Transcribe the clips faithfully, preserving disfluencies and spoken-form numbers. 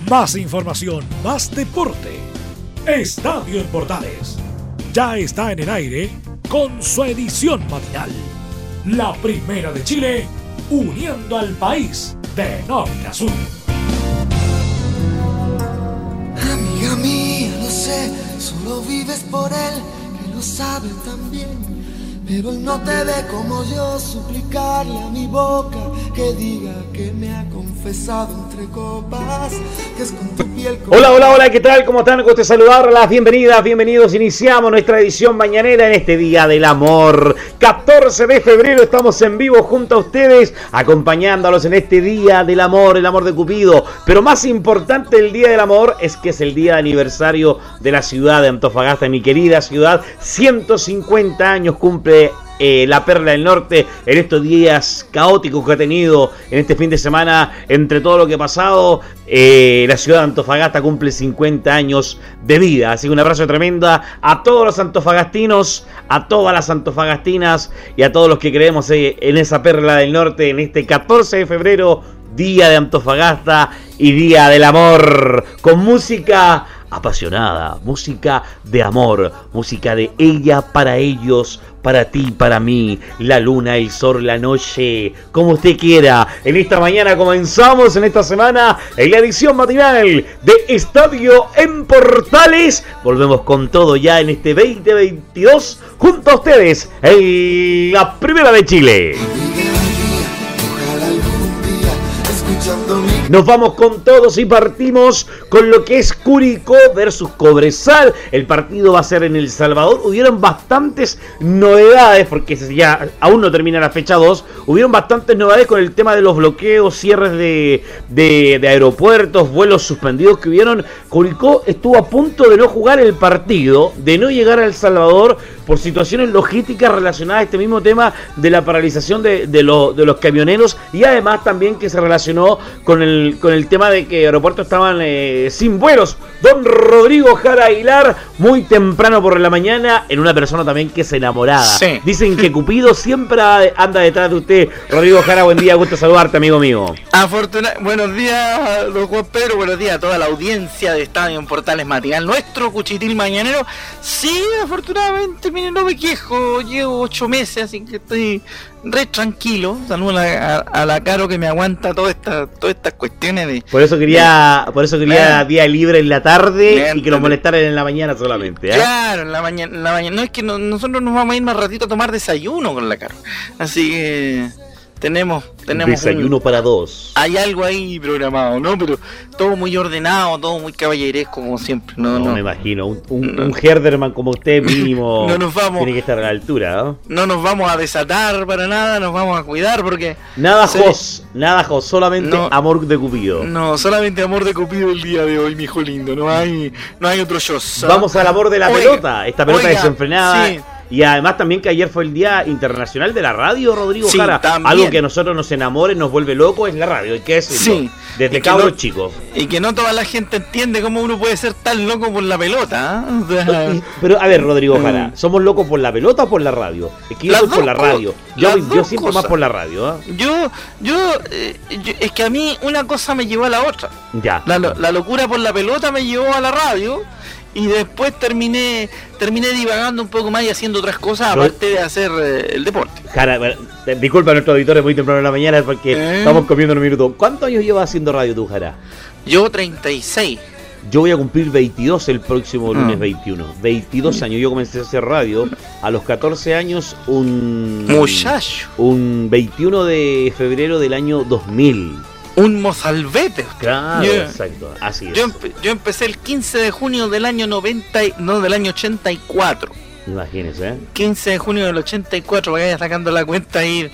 Más información, más deporte. Estadio en Portales ya está en el aire con su edición matinal. La primera de Chile, uniendo al país de norte a sur. Amiga mía, lo sé, solo vives por él, que lo sabe también. Pero él no te ve como yo, suplicarle a mi boca que diga que me ha confesado entre copas, que es con tu piel. Con hola, hola, hola, ¿qué tal? ¿Cómo están? Gusto saludarlas, bienvenidas, bienvenidos. Iniciamos nuestra edición mañanera en este Día del Amor. catorce de febrero estamos en vivo junto a ustedes, acompañándolos en este Día del Amor, el amor de Cupido. Pero más importante del Día del Amor es que es el día de aniversario de la ciudad de Antofagasta, mi querida ciudad. ciento cincuenta años cumple Eh, la Perla del Norte en estos días caóticos que ha tenido en este fin de semana. Entre todo lo que ha pasado, eh, la ciudad de Antofagasta cumple cincuenta años de vida. Así que un abrazo tremendo a todos los antofagastinos, a todas las antofagastinas y a todos los que creemos eh, en esa Perla del Norte en este catorce de febrero, Día de Antofagasta y Día del Amor, con música apasionada, música de amor, música de ella para ellos, para ti, para mí, la luna, el sol, la noche, como usted quiera. En esta mañana comenzamos, en esta semana, en la edición matinal de Estadio en Portales. Volvemos con todo ya en este veinte veintidós, junto a ustedes, en la Primera de Chile. Nos vamos con todos y partimos con lo que es Curicó versus Cobresal. El partido va a ser en El Salvador. Hubieron bastantes novedades, porque ya aún no termina la fecha dos. Hubieron bastantes novedades con el tema de los bloqueos, cierres de, de, de aeropuertos, vuelos suspendidos que hubieron. Curicó estuvo a punto de no jugar el partido, de no llegar a El Salvador, por situaciones logísticas relacionadas a este mismo tema de la paralización de, de, lo, de los camioneros, y además también que se relacionó con el, con el tema de que aeropuertos estaban eh, sin vuelos. Don Rodrigo Jara Aguilar, muy temprano por la mañana, en una persona también que es enamorada. Sí. Dicen que Cupido siempre anda detrás de usted. Rodrigo Jara, buen día, gusto saludarte, amigo mío. Afortunadamente, buenos días, don Juan Pedro, buenos días a toda la audiencia de Estadio en Portales Matinal, nuestro cuchitil mañanero. Sí, afortunadamente, miren, no me quejo, llevo ocho meses, así que estoy re tranquilo. Saludos a, a, a la Caro que me aguanta todas esta, todas estas cuestiones de. Por eso quería, de, por eso quería de, día libre en la tarde y que lo molestaran en la mañana solamente. ¿eh? Claro, en la mañana, en la mañana. No es que no, nosotros nos vamos a ir más ratito a tomar desayuno con la Caro. Así que tenemos, tenemos desayuno un, para dos. Hay algo ahí programado, ¿no? Pero todo muy ordenado, todo muy caballeresco como siempre. No, no, no. me imagino. Un, un, no. un Herderman como usted mínimo no nos vamos, tiene que estar a la altura, ¿no? No nos vamos a desatar para nada, nos vamos a cuidar porque nada se... jos, nada jos, solamente no, amor de Cupido. No, solamente amor de Cupido el día de hoy, mi hijo lindo. No hay, no hay otro shows. Vamos al amor de la oiga, pelota, esta pelota oiga, desenfrenada. Sí. Y además también que ayer fue el Día Internacional de la Radio, Rodrigo sí, Jara. También. Algo que a nosotros nos enamora y nos vuelve locos es la radio, hay que decirlo. Sí. Desde cabros no, chicos. Y que no toda la gente entiende cómo uno puede ser tan loco por la pelota. ¿eh? O sea, pero a ver, Rodrigo Jara, ¿somos locos por la pelota o por la radio? Es que yo soy por la radio. Yo, yo siempre más por la radio. ¿eh? Yo, yo, eh, yo, es que a mí una cosa me llevó a la otra. Ya. La, la locura por la pelota me llevó a la radio. Y después terminé terminé divagando un poco más y haciendo otras cosas, aparte de hacer eh, el deporte. Jara, disculpa a nuestros auditores muy temprano en la mañana porque ¿Eh? estamos comiendo en un minuto. ¿Cuántos años llevas haciendo radio tú, Jara? Yo treinta y seis. Yo voy a cumplir veintidós el próximo lunes veintiuno. veintidós años. Yo comencé a hacer radio a los catorce años, un... Muchacho. Un veintiuno de febrero del año dos mil. Un mozalbete. Claro, yo, exacto, así es. Yo, empe- yo empecé el quince de junio del año noventa, no, del año ochenta y cuatro. Imagínese, ¿eh? quince de junio del ochenta y cuatro, vaya sacando la cuenta ahí.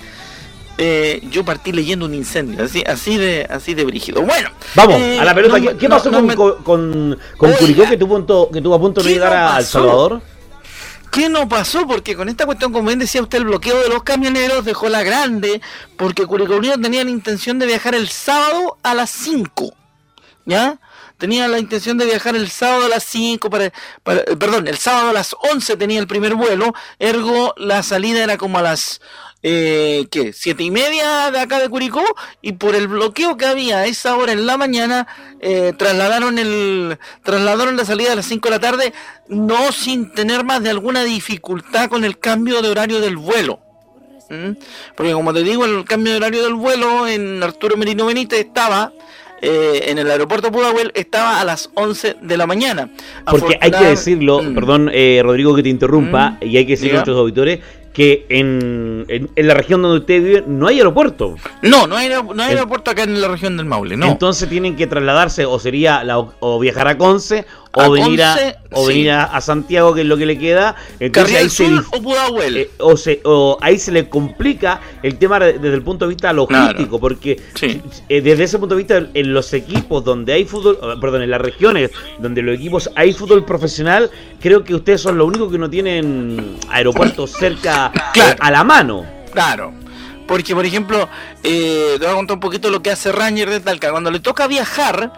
Eh, yo partí leyendo un incendio, así, así de, así de brígido. Bueno, vamos eh, a la pelota. no, ¿Qué, ¿Qué pasó no, con, no me... con, con Curicó que tuvo, punto, que tuvo a punto de llegar no a El Salvador? ¿Qué no pasó? Porque con esta cuestión, como bien decía usted, el bloqueo de los camioneros dejó la grande, porque Curicó Unido tenía la intención de viajar el sábado a las cinco, ¿ya? Tenía la intención de viajar el sábado a las cinco, para, para, perdón, el sábado a las once tenía el primer vuelo, ergo la salida era como a las eh, ¿qué? Siete y media de acá de Curicó, y por el bloqueo que había a esa hora en la mañana, eh, trasladaron el trasladaron la salida a las cinco de la tarde, no sin tener más de alguna dificultad con el cambio de horario del vuelo. ¿Mm? Porque como te digo, el cambio de horario del vuelo en Arturo Merino Benítez estaba... Eh, en el aeropuerto Pudahuel estaba a las once de la mañana. Porque hay que decirlo, mm. perdón eh, Rodrigo que te interrumpa, mm. y hay que decirlo a nuestros auditores, que en, en, en la región donde usted vive no hay aeropuerto. No, no hay, no hay aeropuerto acá en la región del Maule, no. Entonces tienen que trasladarse, o sería la, o viajar a Conce, o a venir Conce, a o sí. venir a, a Santiago, que es lo que le queda. Entonces ahí Sur se, o Pudahuel. Eh, o, se, o ahí se le complica el tema desde el punto de vista logístico, claro. porque sí. eh, desde ese punto de vista, en los equipos donde hay fútbol, perdón, en las regiones donde los equipos hay fútbol profesional, creo que ustedes son los únicos que no tienen aeropuertos cerca, claro. eh, a la mano. Claro. Porque, por ejemplo, eh, te voy a contar un poquito lo que hace Ranger de Talca. Cuando le toca viajar,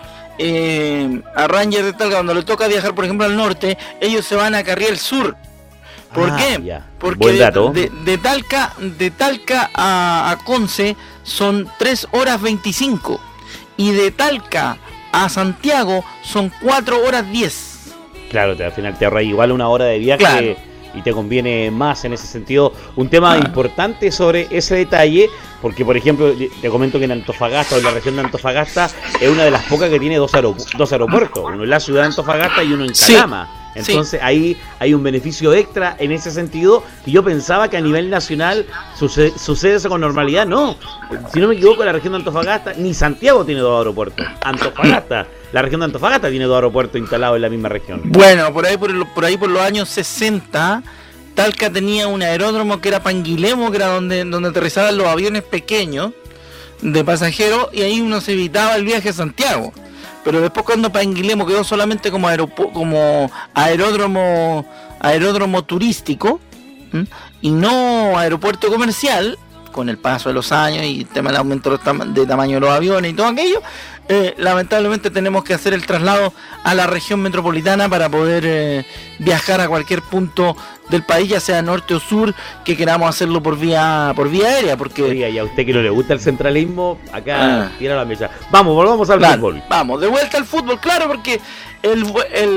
eh, a Ranger de Talca, cuando le toca viajar, por ejemplo, al norte, ellos se van a Carriel Sur. ¿Por ah, qué? Ya. Porque Buen dato. De, de, de Talca, de Talca a, a Conce son tres horas veinticinco. Y de Talca a Santiago son cuatro horas diez. Claro, te, al final te ahorra igual una hora de viaje. Claro. Y te conviene más en ese sentido. Un tema ah. importante sobre ese detalle, porque por ejemplo, te comento que en Antofagasta, o en la región de Antofagasta, es una de las pocas que tiene dos, aeropu- dos aeropuertos, uno en la ciudad de Antofagasta y uno en Calama. Sí. Entonces sí. ahí hay un beneficio extra en ese sentido, y yo pensaba que a nivel nacional sucede, sucede eso con normalidad. No, si no me equivoco, la región de Antofagasta, ni Santiago tiene dos aeropuertos. Antofagasta, la región de Antofagasta tiene dos aeropuertos instalados en la misma región. Bueno, por ahí por, el, por ahí por los años sesenta, Talca tenía un aeródromo que era Panguilemo, que era donde, donde aterrizaban los aviones pequeños de pasajeros, y ahí uno se evitaba el viaje a Santiago. Pero después, cuando Panguilemo quedó solamente como, aeropu- como aeródromo aeródromo turístico, ¿m? y no aeropuerto comercial, con el paso de los años y el tema del aumento de, tam- de tamaño de los aviones y todo aquello, eh, lamentablemente tenemos que hacer el traslado a la región metropolitana para poder eh, viajar a cualquier punto del país, ya sea norte o sur, que queramos hacerlo por vía por vía aérea, porque... Oiga, y a usted que no le gusta el centralismo, acá ah. tira la mesa. Vamos, volvamos al claro, fútbol. Vamos, de vuelta al fútbol, claro, porque el,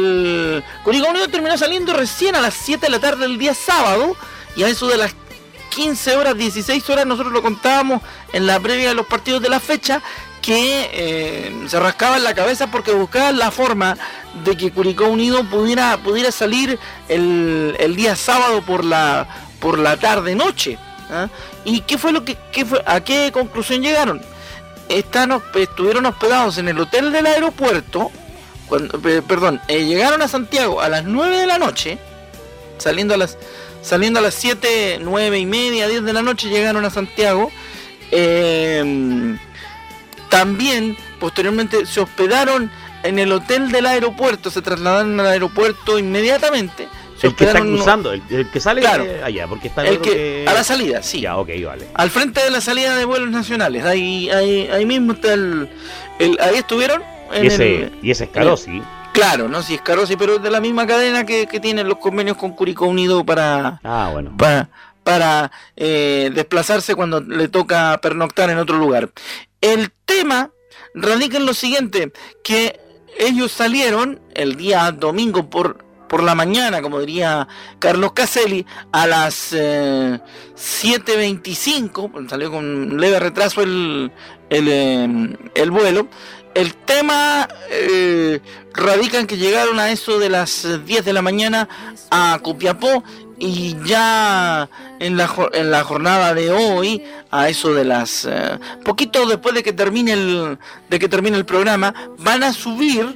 el Curicó Unido terminó saliendo recién a las siete de la tarde del día sábado, y a eso de las quince horas, dieciséis horas, nosotros lo contábamos en la previa de los partidos de la fecha, que eh, se rascaban la cabeza porque buscaban la forma de que Curicó Unido pudiera pudiera salir el, el día sábado por la por la tarde noche. ¿eh? ¿Y qué fue lo que qué fue, a qué conclusión llegaron? Están, estuvieron hospedados en el hotel del aeropuerto, cuando, eh, perdón, eh, llegaron a Santiago a las nueve de la noche, saliendo a las saliendo a las siete, nueve y media, diez de la noche llegaron a Santiago. Eh, También, posteriormente, se hospedaron en el hotel del aeropuerto, se trasladaron al aeropuerto inmediatamente. Se el que está cruzando, el, el que sale claro, de allá, porque está el que, que... a la salida, sí. Ya, ok, vale. Al frente de la salida de vuelos nacionales, ahí ahí, ahí mismo está el, el... Ahí estuvieron. En y, ese, el, y ese Escarosi. Claro, no, sí, Escarosi, pero es de la misma cadena que, que tienen los convenios con Curicó Unido para... Ah, bueno. Para, para eh, desplazarse cuando le toca pernoctar en otro lugar. El tema radica en lo siguiente, que ellos salieron el día domingo por, por la mañana, como diría Carlos Caselli, a las eh, siete veinticinco, salió con leve retraso el, el, eh, el vuelo. El tema eh, radica en que llegaron a eso de las diez de la mañana a Copiapó, y ya en la en la jornada de hoy, a eso de las eh, poquito después de que termine el de que termine el programa, van a subir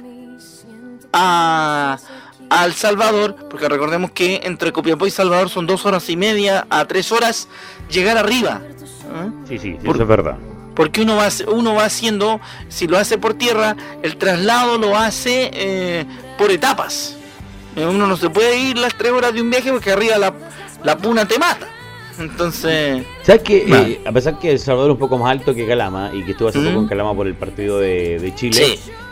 a a El Salvador, porque recordemos que entre Copiapó y Salvador son dos horas y media a tres horas llegar arriba. ¿Eh? Sí, sí, Por, eso es verdad. Porque uno va uno va haciendo, si lo hace por tierra, el traslado lo hace eh, por etapas. Uno no se puede ir las tres horas de un viaje porque arriba la, la puna te mata. Entonces... ¿Sabes que eh, a pesar que El Salvador es un poco más alto que Calama, y que estuvo hace ¿Mm? poco en Calama por el partido de, de Chile, sí.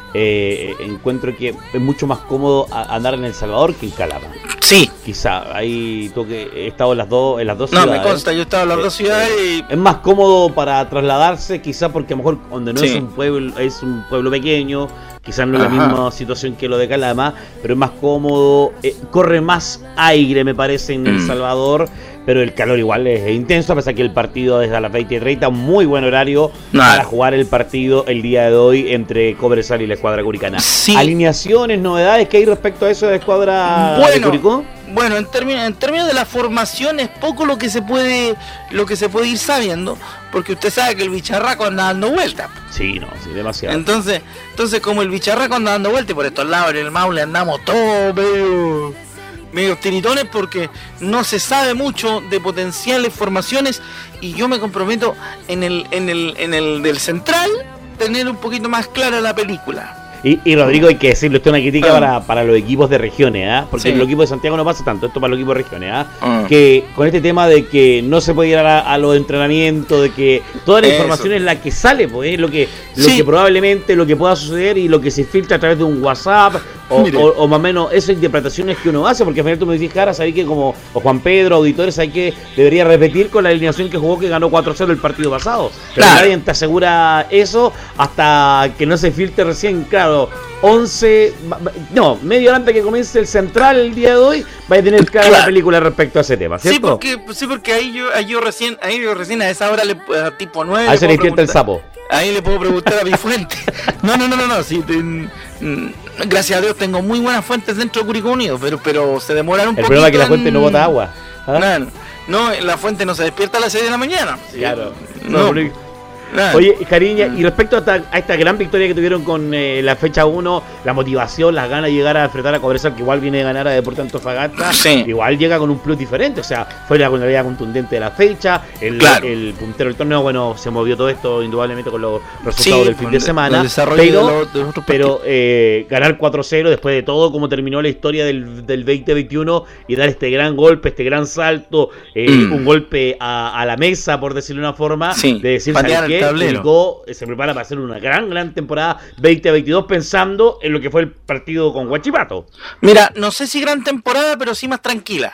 eh, encuentro que es mucho más cómodo a, andar en El Salvador que en Calama. Sí. Quizá, ahí tú que he estado en las dos, en las dos no, ciudades. No, me consta, yo he estado en las eh, dos ciudades eh, y... Es más cómodo para trasladarse, quizá porque a lo mejor donde no sí. es un pueblo, es un pueblo pequeño, quizás no es Ajá. la misma situación que lo de Calama, pero es más cómodo, eh, corre más aire me parece en El Mm. Salvador, pero el calor igual es, es intenso, a pesar que el partido es a las veinte y treinta, un muy buen horario No. para jugar el partido el día de hoy entre Cobresal y la escuadra curicana. Sí. Alineaciones, novedades que hay respecto a eso de la escuadra Bueno, de Curicó. Bueno, en términos, en términos de la formación es poco lo que se puede lo que se puede ir sabiendo, porque usted sabe que el bicharraco anda dando vueltas. Sí, no, sí, demasiado. Entonces, entonces como el bicharraco anda dando vueltas y por estos lados en el Maule andamos todos medio, medio tiritones porque no se sabe mucho de potenciales formaciones y yo me comprometo en el, en el, en el del central tener un poquito más clara la película. Y, y Rodrigo, hay que decirlo, esto es una crítica Ah. para, para los equipos de regiones, ¿ah? Porque Sí. en los equipos de Santiago no pasa tanto, esto para los equipos de regiones, ¿ah? Ah. Que con este tema de que no se puede ir a, a los entrenamientos, de que toda la Eso. información es la que sale, pues es lo que, lo Sí. que probablemente lo que pueda suceder y lo que se filtra a través de un WhatsApp o, Mire. o, o más o menos esas interpretaciones que uno hace, porque al final tú me dices, cara, sabes que como o Juan Pedro, auditores, hay que debería repetir con la alineación que jugó que ganó cuatro cero el partido pasado. Pero Claro. nadie te asegura eso hasta que no se filtre recién, claro. once, no, medio hora antes que comience el central el día de hoy, va a tener clara Claro. la película respecto a ese tema, Sí, ¿cierto? porque, sí, porque ahí yo, ahí yo recién, ahí yo recién a esa hora le a tipo nueve. Ahí se le puedo despierta el preguntar- sapo. Ahí le puedo preguntar a mi fuente. No, no, no, no, no. Sí, ten- mm, gracias a Dios tengo muy buenas fuentes dentro de Curicó Unido, pero, pero se demoran un El poquito. problema es que la en- fuente no bota agua. ¿ah? No, no, la fuente no se despierta a las seis de la mañana. Claro. No, No, pero- nada. Oye, Cariña, y respecto a esta, a esta gran victoria que tuvieron con eh, la fecha uno, la motivación, las ganas de llegar a enfrentar a Cobresal, que igual viene de ganar a Deportes Antofagasta, Sí. igual llega con un plus diferente, o sea, fue la realidad contundente de la fecha, el, Claro. el puntero del torneo, bueno, se movió todo esto indudablemente con los resultados Sí, del fin con de el- semana, el desarrollo pero, de los- de los otros pero eh, ganar cuatro cero después de todo, como terminó la historia del, del veinte veintiuno y dar este gran golpe, este gran salto, eh, Mm. un golpe a, a la mesa, por decirlo de una forma, Sí, de decir, patear ¿sabes el qué? tablero. Curicó se prepara para hacer una gran, gran temporada veinte veintidós pensando en lo que fue el partido con Huachipato. Mira, no sé si gran temporada, pero sí más tranquila.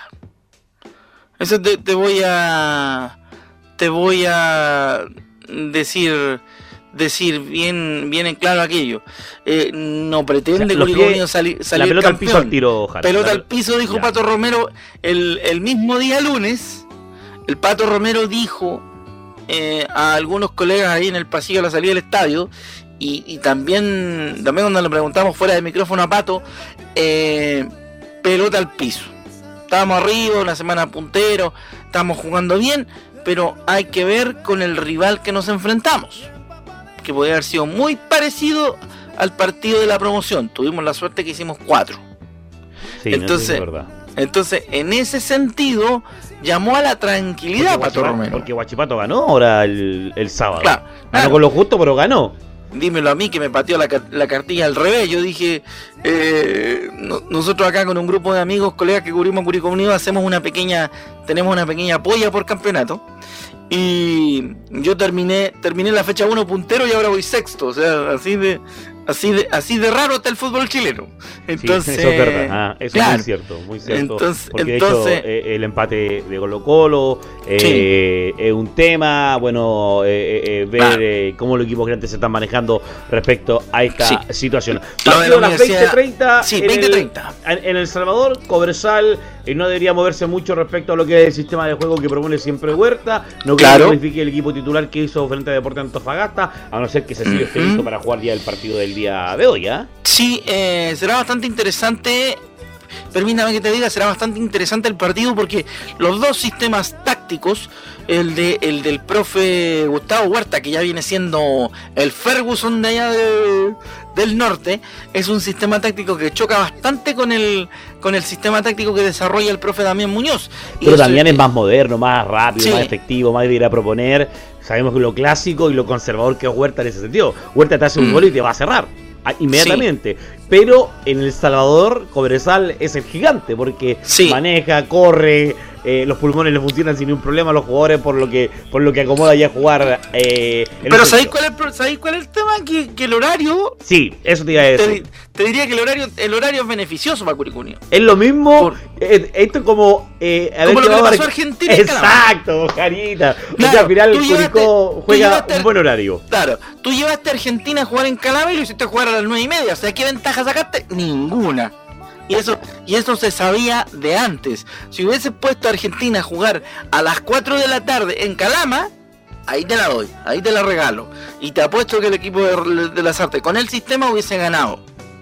Eso te, te voy a. Te voy a decir. Decir bien, bien en claro aquello. Eh, no pretende O sea, los Curicó pies- Unido sali- salir la pelota al campeón. piso al tiro, Jara. Pelota La- al piso, dijo Ya. Pato Romero el, el mismo día lunes. El Pato Romero dijo eh, a algunos colegas ahí en el pasillo a la salida del estadio y, y también, también cuando le preguntamos fuera del micrófono a Pato, eh, pelota al piso. Estábamos arriba, una semana puntero, estábamos jugando bien, pero hay que ver con el rival que nos enfrentamos, que podría haber sido muy parecido al partido de la promoción. Tuvimos la suerte que hicimos cuatro. Sí, no, Entonces, eso es verdad. Entonces, en ese sentido, llamó a la tranquilidad Porque Pato Huachipato- Romero. Porque Guachipato ganó ahora el, el sábado. Claro, Ganó claro. con lo justo, pero ganó. Dímelo a mí que me pateó la, ca- la cartilla al revés. Yo dije, eh, no- nosotros acá con un grupo de amigos, colegas que cubrimos Curicó Unido, hacemos una pequeña, tenemos una pequeña polla por campeonato. Y yo terminé, terminé la fecha uno puntero y ahora voy sexto. O sea, así de, así de, así de raro está el fútbol chileno. Entonces, Sí, eso es verdad. Ah, eso claro. es muy cierto, muy cierto. Entonces- Porque entonces- de hecho eh, el empate de Colo Colo eh, es un tema. Bueno, eh, eh, ver Claro. eh, cómo los equipos grandes se están manejando respecto a esta Sí. situación. Lo de Partido la a las Universidad- veinte treinta. Sí, en veinte el- treinta. En, en El Salvador, Cobresal eh, no debería moverse mucho respecto a lo que es el sistema de juego que propone siempre Huerta. No creo Claro. que planifique el equipo titular que hizo frente a Deportes Antofagasta, a no ser que Cecilio esté Ujú. listo para jugar ya el partido del día de hoy, ¿ah? Sí, eh, será bastante interesante. Permítame que te diga, será bastante interesante el partido porque los dos sistemas tácticos, el de el del profe Gustavo Huerta, que ya viene siendo el Ferguson de allá de- del norte, es un sistema táctico que choca bastante con el con el sistema táctico que desarrolla el profe Damián Muñoz. Y Pero eso- también es más moderno, más rápido, Sí. más efectivo, más de ir a proponer. Sabemos que lo clásico y lo conservador que es Huerta en ese sentido. Huerta te hace un Mm. gol y te va a cerrar ah, inmediatamente. Pero en El Salvador, Cobresal es el gigante porque Sí. maneja, corre, eh, los pulmones le funcionan sin ningún problema a los jugadores, por lo que por lo que acomoda ya jugar. Eh, Pero ¿sabéis cuál, es, ¿sabéis cuál es el tema? Que, que el horario... Sí, eso te iba a decir. Te, te diría que el horario el horario es beneficioso para Curicunio. Es lo mismo, por, eh, esto es como... Eh, a como ver, lo que le pasó a Argentina. Exacto, Carita. Claro, o sea, al final Curicó llevaste, juega un buen horario. Claro, tú llevaste a Argentina a jugar en Calama y lo hiciste jugar a las nueve y media. O sea, ¿qué ventaja sacaste? Ninguna. Y eso, y eso se sabía de antes. Si hubiese puesto a Argentina a jugar a las cuatro de la tarde en Calama, ahí te la doy, ahí te la regalo. Y te apuesto que el equipo de, de las artes con el sistema hubiese ganado.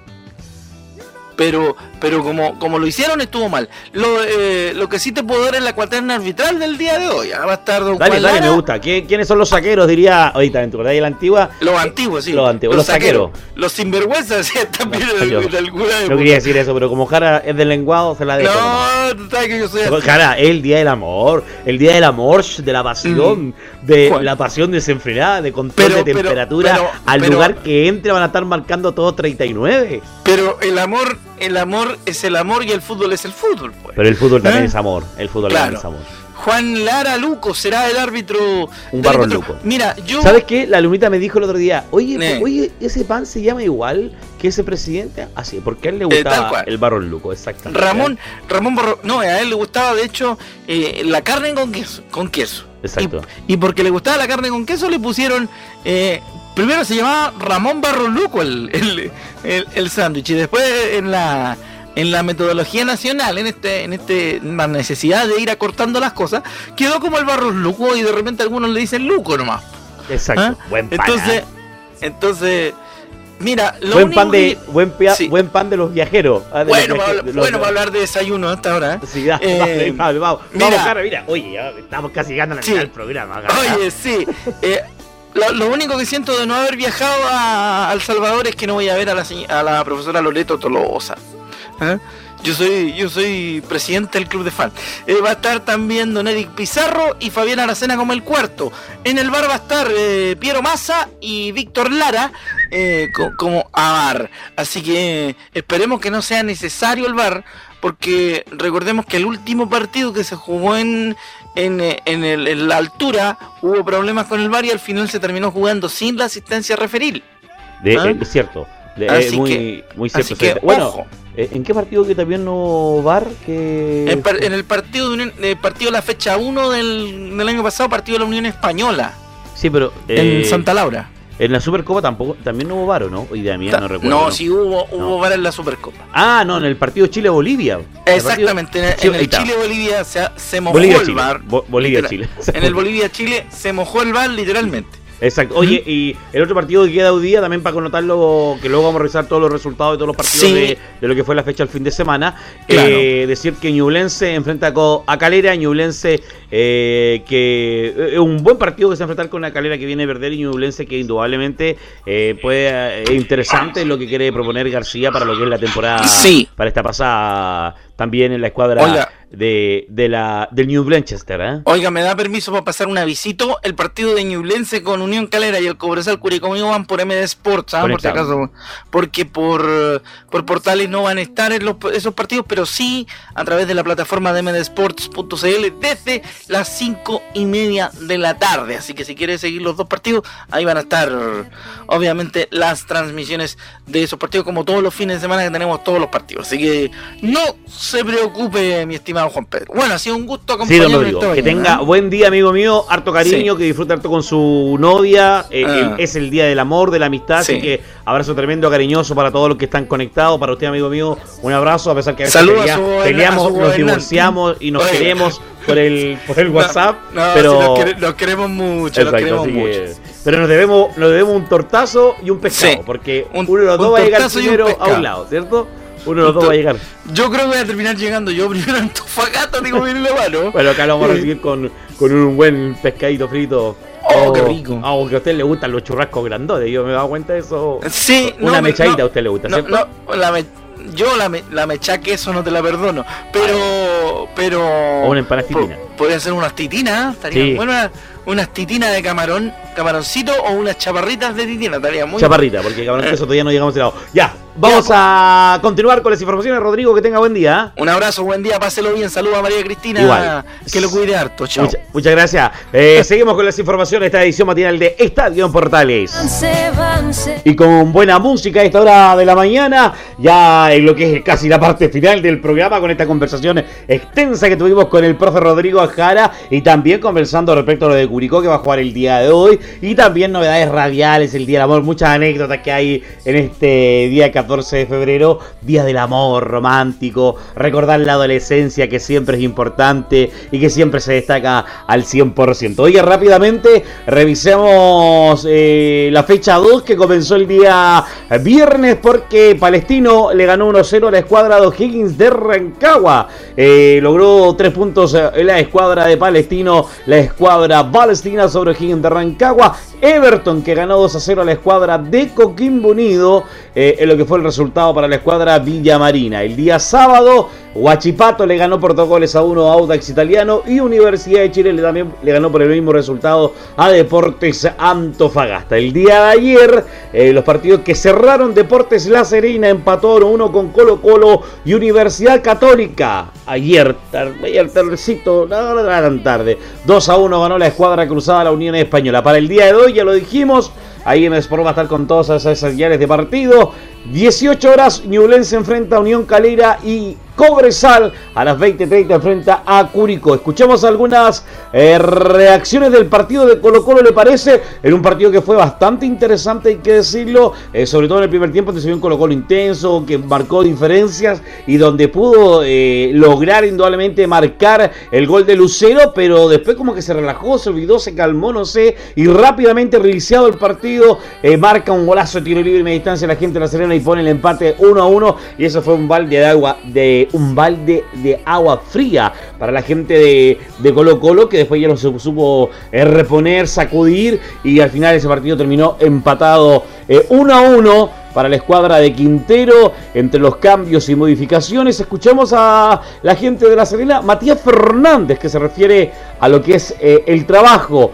Pero pero como como lo hicieron estuvo mal. Lo eh, lo que sí te puedo dar es la cuaterna arbitral del día de hoy. Va a estar Don Dale, Juan dale, Lara. me gusta. ¿Quiénes son los saqueros? Diría, ahorita, ¿en tu verdad la antigua? Los antiguos, sí. Los antiguos, los, los saqueros. Los sinvergüenzas, sí, también no, en, yo, en alguna época. No quería decir eso, pero como Jara es del lenguado, se la dejo. No, tú sabes que yo soy así. Jara, es el día del amor, el día del amor, de la pasión, mm. de Juan. La pasión desenfrenada, de control pero, de temperatura. Pero, pero, al pero, lugar que entre van a estar marcando todo treinta y nueve. Pero el amor, el amor es el amor y el fútbol es el fútbol, pues. Pero el fútbol también ¿Eh? es amor, el fútbol claro. también es amor. Juan Lara Luco será el árbitro. Un barro Luco. Mira, yo. ¿Sabes qué? La Lunita me dijo el otro día, oye, eh. oye, ese pan se llama igual que ese presidente. Así, porque a él le gustaba eh, el barro Luco, exactamente. Ramón, Ramón Barro, no, a él le gustaba, de hecho, eh, la carne con queso, con queso. Exacto. Y, y porque le gustaba la carne con queso le pusieron. Eh, primero se llamaba Ramón Barro Luco el, el, el, el sándwich. Y después en la. En la metodología nacional, en este, en este, en la necesidad de ir acortando las cosas, quedó como el barro Luco y de repente algunos le dicen Luco nomás. Exacto, ¿Ah? Buen pan. Entonces, entonces, mira, lo buen único pan de, que... buen, pia, sí. buen pan de los viajeros. Ah, de bueno, los viajeros, para, bueno para hablar de desayuno hasta ahora. ¿eh? Sí, ya, eh, vamos, vamos, mira, vamos, cara, mira, oye, ya estamos casi llegando a la sí. mitad del programa. Cara. Oye, sí. Eh, Lo, lo único que siento de no haber viajado a, a El Salvador es que no voy a ver a la, a la profesora Loreto Tolosa. ¿Eh? Yo soy yo soy presidente del club de fans. Eh, va a estar también Don Eric Pizarro y Fabián Aracena como el cuarto. En el bar va a estar eh, Piero Massa y Víctor Lara eh, co como a bar. Así que eh, esperemos que no sea necesario el bar, porque recordemos que el último partido que se jugó en en, en, el, en la altura hubo problemas con el bar y al final se terminó jugando sin la asistencia referil. De, ¿Ah? Es cierto. De, así muy, que, muy cierto. Así que, bueno, ojo. ¿en qué partido que también no bar? Que... En, par, en el partido de Unión, el partido de la fecha uno del, del año pasado, partido de la Unión Española. Sí, pero eh, en Santa Laura. En la Supercopa tampoco, también no hubo VAR, ¿o no? Hoy de mía no recuerdo. No, ¿no? sí hubo, hubo no. VAR en la Supercopa. Ah, no, en el partido Chile-Bolivia. Exactamente, en el, sí, en el Chile-Bolivia se, se mojó Bolivia, el Chile. VAR. Bo Bolivia-Chile. En el Bolivia-Chile se mojó el VAR literalmente. Exacto. Oye, ¿Mm? Y el otro partido que queda hoy día, también para connotarlo, que luego vamos a revisar todos los resultados de todos los partidos sí. de, de lo que fue la fecha el fin de semana. Claro. Eh, decir que Ñublense enfrenta a Calera, Ñublense eh, que es eh, un buen partido que se enfrenta con una Calera que viene a perder y Ñublense que indudablemente eh, puede, es interesante lo que quiere proponer García para lo que es la temporada, sí. para esta pasada también en la escuadra. Oiga. de de la del New Blanchester, ¿eh? Oiga, ¿me da permiso para pasar un avisito? El partido de Ñublense con Unión Calera y el Cobresal Curicó van por M D Sports, ¿ah? Por si acaso, porque por por portales no van a estar en los, esos partidos, pero sí a través de la plataforma de m d sports punto c l desde las cinco y media de la tarde. Así que si quieres seguir los dos partidos, ahí van a estar obviamente las transmisiones de esos partidos, como todos los fines de semana que tenemos todos los partidos. Así que no se preocupe, mi estimado Juan Pedro. Bueno, ha sido un gusto acompañarlo. Sí, que tenga ¿eh? buen día, amigo mío, harto cariño, sí. que disfrute harto con su novia, eh, ah. es el día del amor, de la amistad, sí. así que abrazo tremendo, cariñoso para todos los que están conectados, para usted, amigo mío, un abrazo, a pesar que a veces pelea, peleamos, nos divorciamos y nos Oye. queremos por el por el WhatsApp, no, no, pero si nos, quere, nos queremos mucho, Exacto, nos queremos mucho. Que, pero nos debemos, nos debemos un tortazo y un pescado, sí. porque un, uno de los dos va a llegar primero un a un lado, ¿cierto? Uno de los dos va a llegar. Yo creo que voy a terminar llegando yo primero en Antofagasta, digo, bien la mano. Bueno, acá lo vamos a recibir con, con un buen pescadito frito. Oh, oh, qué rico. Ah, oh, que a usted le gustan los churrascos grandotes. Yo me he dado cuenta de eso. Sí, Una no, mechadita no, a usted le gusta, no, ¿cierto? No, la me, yo la, me, la mecha queso no te la perdono. Pero. pero o una empanada titina. Podría ser unas titinas. Estaría sí. buenas. Unas titinas de camarón, camaroncito o unas chaparritas de titina. Estaría muy Chaparrita, porque camarón queso todavía no llegamos a ese lado. Ya. Vamos a continuar con las informaciones. Rodrigo, que tenga buen día. Un abrazo, buen día, páselo bien. Saludos a María Cristina. Igual. Que lo cuide harto. Chao. Mucha, muchas gracias. Eh, seguimos con las informaciones de esta edición matinal de Estadio en Portales. Y con buena música a esta hora de la mañana, ya en lo que es casi la parte final del programa, con esta conversación extensa que tuvimos con el profe Rodrigo Ajara, y también conversando respecto a lo de Curicó, que va a jugar el día de hoy, y también novedades radiales, el Día del Amor, muchas anécdotas que hay en este día catorce de febrero, Día del Amor romántico, recordar la adolescencia, que siempre es importante y que siempre se destaca al cien por ciento. Oye, rápidamente revisemos eh, la fecha dos, que comenzó el día viernes, porque Palestino le ganó uno cero a la escuadra de O'Higgins de Rancagua. Eh, logró tres puntos en la escuadra de Palestino, la escuadra palestina sobre O'Higgins de Rancagua. Everton, que ganó dos a cero a la escuadra de Coquimbo Unido, eh, en lo que fue el resultado para la escuadra Villamarina. El día sábado, Huachipato le ganó por dos goles a uno a Audax Italiano, y Universidad de Chile le, también le ganó por el mismo resultado a Deportes Antofagasta. El día de ayer, eh, los partidos que cerraron: Deportes La Serena empató uno a uno con Colo Colo, y Universidad Católica, ayer, tar, ayer tardecito, no, no era tan tarde, dos a uno ganó la escuadra cruzada a la Unión Española. Para el día de hoy, ya lo dijimos, ahí en Sport va a estar con todas esas señales de partido. dieciocho horas, Ñublense se enfrenta a Unión Calera, y Cobresal a las veinte treinta enfrenta a Curicó. Escuchamos algunas eh, reacciones del partido de Colo Colo, ¿le parece? En un partido que fue bastante interesante, hay que decirlo, eh, sobre todo en el primer tiempo, donde se vio un Colo Colo intenso, que marcó diferencias, y donde pudo eh, lograr indudablemente marcar el gol de Lucero, pero después como que se relajó, se olvidó, se calmó, no sé, y rápidamente reiniciado el partido, eh, marca un golazo de tiro libre y media distancia la gente de La Serena, y pone el empate uno a uno, y eso fue un balde de agua de un balde de agua fría para la gente de, de Colo Colo, que después ya no se supo eh, reponer, sacudir, y al final ese partido terminó empatado eh, uno a uno para la escuadra de Quintero. Entre los cambios y modificaciones, escuchamos a la gente de La Serena, Matías Fernández, que se refiere a lo que es eh, el trabajo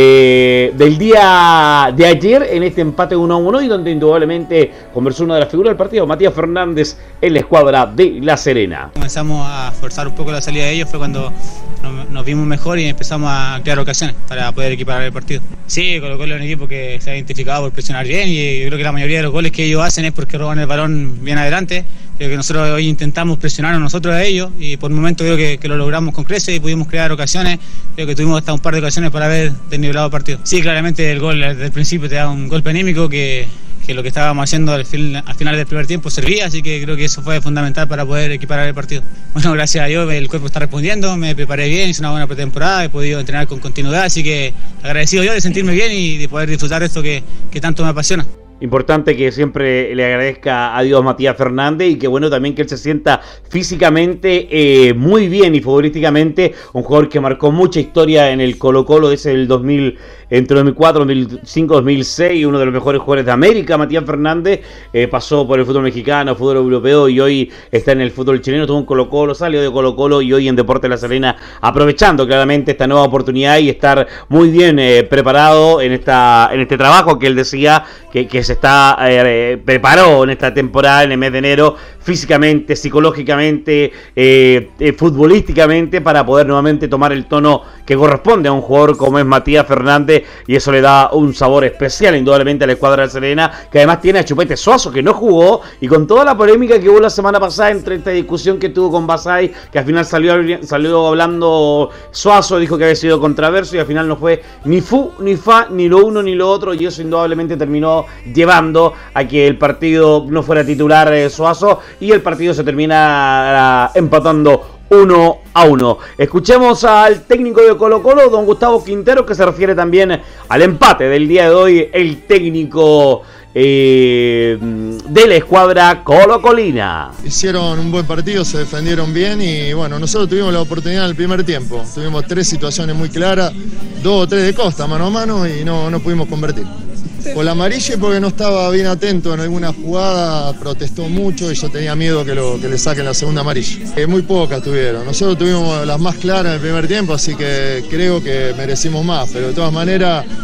eh, del día de ayer en este empate uno a uno, y donde indudablemente conversó una de las figuras del partido, Matías Fernández, en la escuadra de La Serena. Comenzamos a forzar un poco la salida de ellos, fue cuando nos, nos vimos mejor y empezamos a crear ocasiones para poder equiparar el partido. Sí, Colo Colo es un equipo que se ha identificado por presionar bien, y yo creo que la mayoría de los goles que ellos hacen es porque roban el balón bien adelante. Creo que nosotros hoy intentamos presionar a nosotros a ellos, y por un momento creo que, que lo logramos con creces y pudimos crear ocasiones. Creo que tuvimos hasta un par de ocasiones para haber desnivelado el partido. Sí, claramente el gol desde el principio te da un golpe anímico, que, que lo que estábamos haciendo al, fin, al final del primer tiempo servía, así que creo que eso fue fundamental para poder equiparar el partido. Bueno, gracias a Dios el cuerpo está respondiendo, me preparé bien, hice una buena pretemporada, he podido entrenar con continuidad, así que agradecido yo de sentirme bien y de poder disfrutar de esto que, que tanto me apasiona. Importante que siempre le agradezca a Dios Matías Fernández, y que bueno también que él se sienta físicamente eh, muy bien, y futbolísticamente un jugador que marcó mucha historia en el Colo Colo desde el dos mil, entre dos mil cuatro, dos mil cinco, dos mil seis, uno de los mejores jugadores de América. Matías Fernández eh, pasó por el fútbol mexicano, fútbol europeo, y hoy está en el fútbol chileno. Tuvo un Colo Colo, salió de Colo Colo, y hoy en Deportes La Serena, aprovechando claramente esta nueva oportunidad y estar muy bien eh, preparado en esta en este trabajo que él decía que, que se está eh, preparó en esta temporada, en el mes de enero, físicamente, psicológicamente, eh, eh, futbolísticamente, para poder nuevamente tomar el tono que corresponde a un jugador como es Matías Fernández, y eso le da un sabor especial indudablemente a la escuadra de La Serena, que además tiene a Chupete Suazo, que no jugó, y con toda la polémica que hubo la semana pasada entre esta discusión que tuvo con Basay, que al final salió, salió hablando Suazo, dijo que había sido controverso, y al final no fue ni fu, ni fa, ni lo uno ni lo otro, y eso indudablemente terminó llevando a que el partido no fuera titular eh, Suazo, y el partido se termina uh, empatando uno a uno. Escuchemos al técnico de Colo Colo, don Gustavo Quintero, que se refiere también al empate del día de hoy, el técnico eh, de la escuadra colocolina. Hicieron un buen partido, se defendieron bien, y bueno, nosotros tuvimos la oportunidad en el primer tiempo. Tuvimos tres situaciones muy claras, dos o tres de Costa, mano a mano, y no, no pudimos convertir. Por la amarilla, porque no estaba bien atento en alguna jugada, protestó mucho y yo tenía miedo que, lo, que le saquen la segunda amarilla. Eh, muy pocas tuvieron. Nosotros tuvimos las más claras en el primer tiempo, así que creo que merecimos más, pero de todas maneras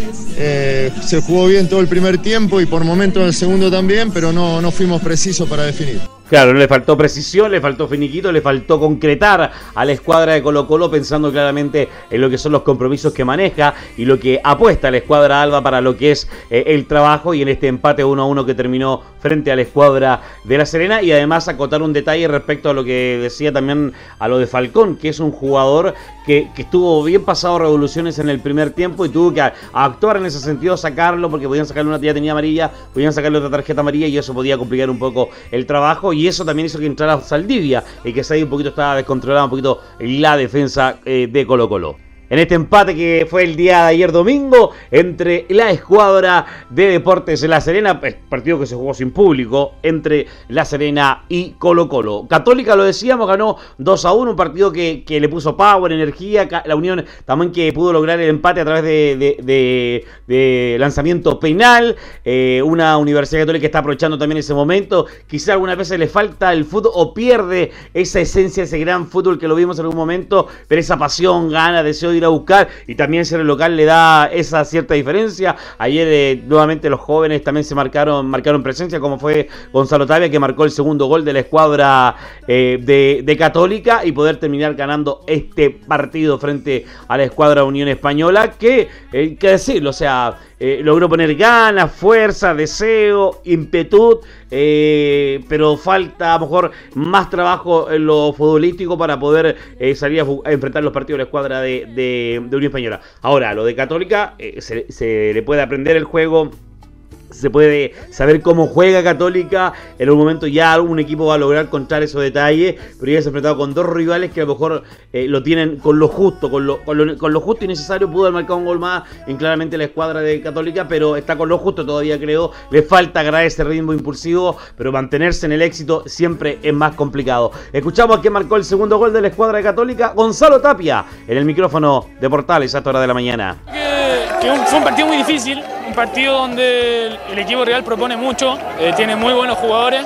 Eh, se jugó bien todo el primer tiempo y por momentos el segundo también, pero no, no fuimos precisos para definir. Claro, le faltó precisión, le faltó finiquito, le faltó concretar a la escuadra de Colo-Colo pensando claramente en lo que son los compromisos que maneja y lo que apuesta la escuadra alba para lo que es eh, el trabajo y en este empate uno a uno que terminó frente a la escuadra de La Serena y además acotar un detalle respecto a lo que decía también a lo de Falcón, que es un jugador que, que estuvo bien pasado revoluciones en el primer tiempo y tuvo que a, a actuar en ese sentido, sacarlo porque podían sacarle una, ya tenía amarilla, podían sacarle otra tarjeta amarilla y eso podía complicar un poco el trabajo. Y eso también hizo que entrara Saldivia y que ahí un poquito estaba descontrolada un poquito la defensa eh, de Colo-Colo. En este empate que fue el día de ayer domingo entre la escuadra de Deportes La Serena, partido que se jugó sin público, entre La Serena y Colo-Colo. Católica, lo decíamos, ganó dos a uno, un partido que, que le puso power, energía, la Unión también que pudo lograr el empate a través de, de, de, de lanzamiento penal, eh, una Universidad Católica que está aprovechando también ese momento, quizá algunas veces le falta el fútbol o pierde esa esencia, ese gran fútbol que lo vimos en algún momento, pero esa pasión, gana, deseo de ir a buscar y también ser el local le da esa cierta diferencia. Ayer eh, nuevamente los jóvenes también se marcaron marcaron presencia, como fue Gonzalo Tapia, que marcó el segundo gol de la escuadra eh, de, de Católica y poder terminar ganando este partido frente a la escuadra Unión Española, que hay eh, que decirlo, o sea, eh, logró poner ganas, fuerza, deseo, impetud, eh, pero falta a lo mejor más trabajo en lo futbolístico para poder eh, salir a, a enfrentar los partidos de la escuadra de, de, de Unión Española. Ahora, lo de Católica, eh, se, se le puede aprender el juego, se puede saber cómo juega Católica. En un momento ya un equipo va a lograr encontrar esos detalles, pero ya se ha enfrentado con dos rivales que a lo mejor eh, lo tienen con lo justo, con lo, con lo, con lo justo y necesario. Pudo haber marcado un gol más en claramente la escuadra de Católica, pero está con lo justo todavía, creo. Le falta agarrar ese ritmo impulsivo, pero mantenerse en el éxito siempre es más complicado. Escuchamos a quien marcó el segundo gol de la escuadra de Católica, Gonzalo Tapia, en el micrófono de Portales a esta hora de la mañana. Que, que un, fue un partido muy difícil, un partido donde el, el equipo rival propone mucho, eh, tiene muy buenos jugadores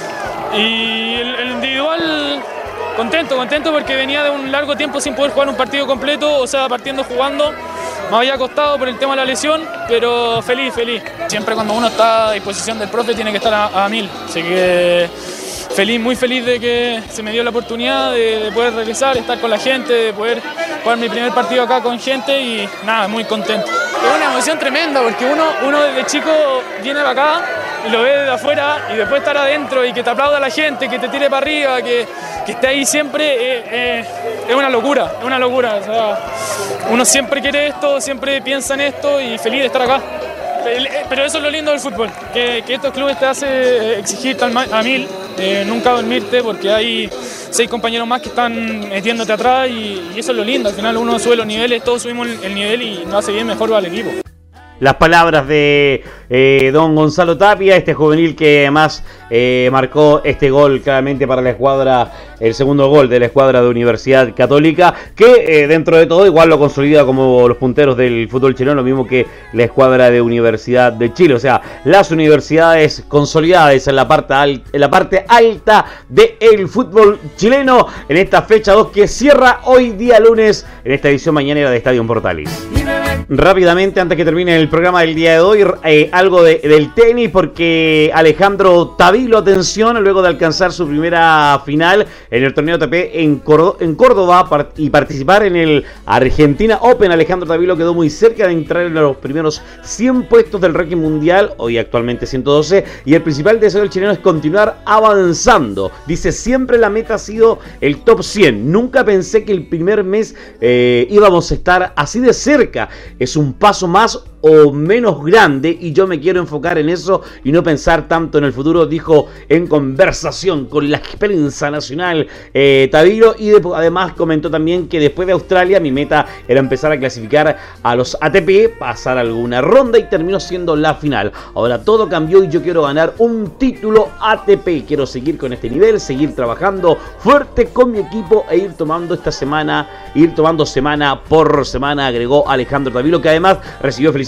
y el, el individual contento, contento porque venía de un largo tiempo sin poder jugar un partido completo, o sea, partiendo jugando, me había costado por el tema de la lesión, pero feliz, feliz. Siempre cuando uno está a disposición del profe tiene que estar a, a mil, así que feliz, muy feliz de que se me dio la oportunidad de, de poder regresar, estar con la gente, de poder jugar mi primer partido acá con gente y nada, muy contento. Es una emoción tremenda porque uno, uno desde chico viene para acá y lo ve desde afuera y después estar adentro y que te aplauda la gente, que te tire para arriba, que, que esté ahí siempre, eh, eh, es una locura, es una locura. O sea, uno siempre quiere esto, siempre piensa en esto y feliz de estar acá. Pero eso es lo lindo del fútbol, que, que estos clubes te hacen exigirte a mil, eh, nunca dormirte porque hay seis compañeros más que están metiéndote atrás y, y eso es lo lindo. Al final uno sube los niveles, todos subimos el, el nivel y nos hace bien mejor al equipo. Las palabras de eh, don Gonzalo Tapia, este juvenil que además eh, marcó este gol claramente para la escuadra, el segundo gol de la escuadra de Universidad Católica, que eh, dentro de todo igual lo consolida como los punteros del fútbol chileno, lo mismo que la escuadra de Universidad de Chile. O sea, las universidades consolidadas en la parte, al, en la parte alta del fútbol chileno en esta fecha dos que cierra hoy día lunes en esta edición mañanera de Estadio Portales. Rápidamente, antes que termine el programa del día de hoy, eh, algo de, del tenis, porque Alejandro Tavilo, atención, luego de alcanzar su primera final en el torneo A T P en, Córdo- en Córdoba part- y participar en el Argentina Open, Alejandro Tavilo quedó muy cerca de entrar en los primeros cien puestos del ranking mundial, hoy actualmente ciento doce, y el principal deseo del chileno es continuar avanzando. Dice, siempre la meta ha sido el top cien, nunca pensé que el primer mes eh, íbamos a estar así de cerca. Es un paso más o menos grande y yo me quiero enfocar en eso y no pensar tanto en el futuro, dijo en conversación con la prensa nacional eh, Tavilo, y de, además comentó también que después de Australia mi meta era empezar a clasificar a los A T P, pasar alguna ronda y terminó siendo la final. Ahora todo cambió y yo quiero ganar un título A T P, quiero seguir con este nivel, seguir trabajando fuerte con mi equipo e ir tomando esta semana, ir tomando semana por semana, agregó Alejandro Tavilo, que además recibió felicitaciones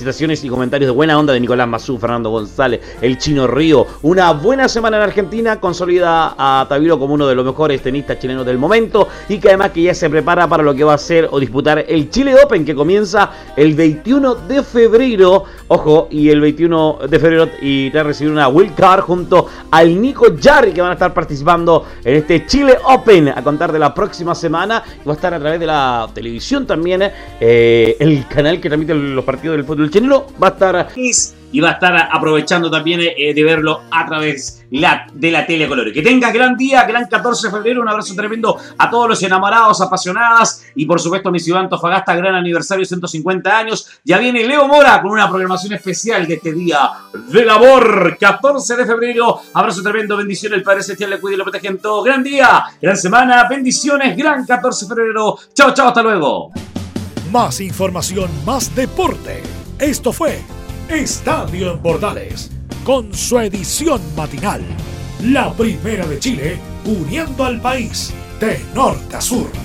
felicitaciones y comentarios de buena onda de Nicolás Mazú, Fernando González, el Chino Río. Una buena semana en Argentina, consolida a Tabilo como uno de los mejores tenistas chilenos del momento y que además que ya se prepara para lo que va a ser o disputar el Chile Open, que comienza el veintiuno de febrero. Ojo, y el veintiuno de febrero y te va a recibir una wild card junto al Nico Jarry, que van a estar participando en este Chile Open a contar de la próxima semana. Va a estar a través de la televisión también, eh, el canal que transmite los partidos del fútbol chileno va a estar y va a estar aprovechando también eh, de verlo a través la, de la telecolor. Que tenga gran día, gran catorce de febrero, un abrazo tremendo a todos los enamorados, apasionadas y por supuesto a mi ciudad Antofagasta, gran aniversario, ciento cincuenta años. Ya viene Leo Mora con una programación especial de este día del amor, catorce de febrero. Abrazo tremendo, bendiciones, el Padre Celestial le cuide y lo protege en todo. Gran día, gran semana, bendiciones, gran catorce de febrero. Chao, chao, hasta luego. Más información, más deporte. Esto fue Estadio en Portales, con su edición matinal. La primera de Chile, uniendo al país de norte a sur.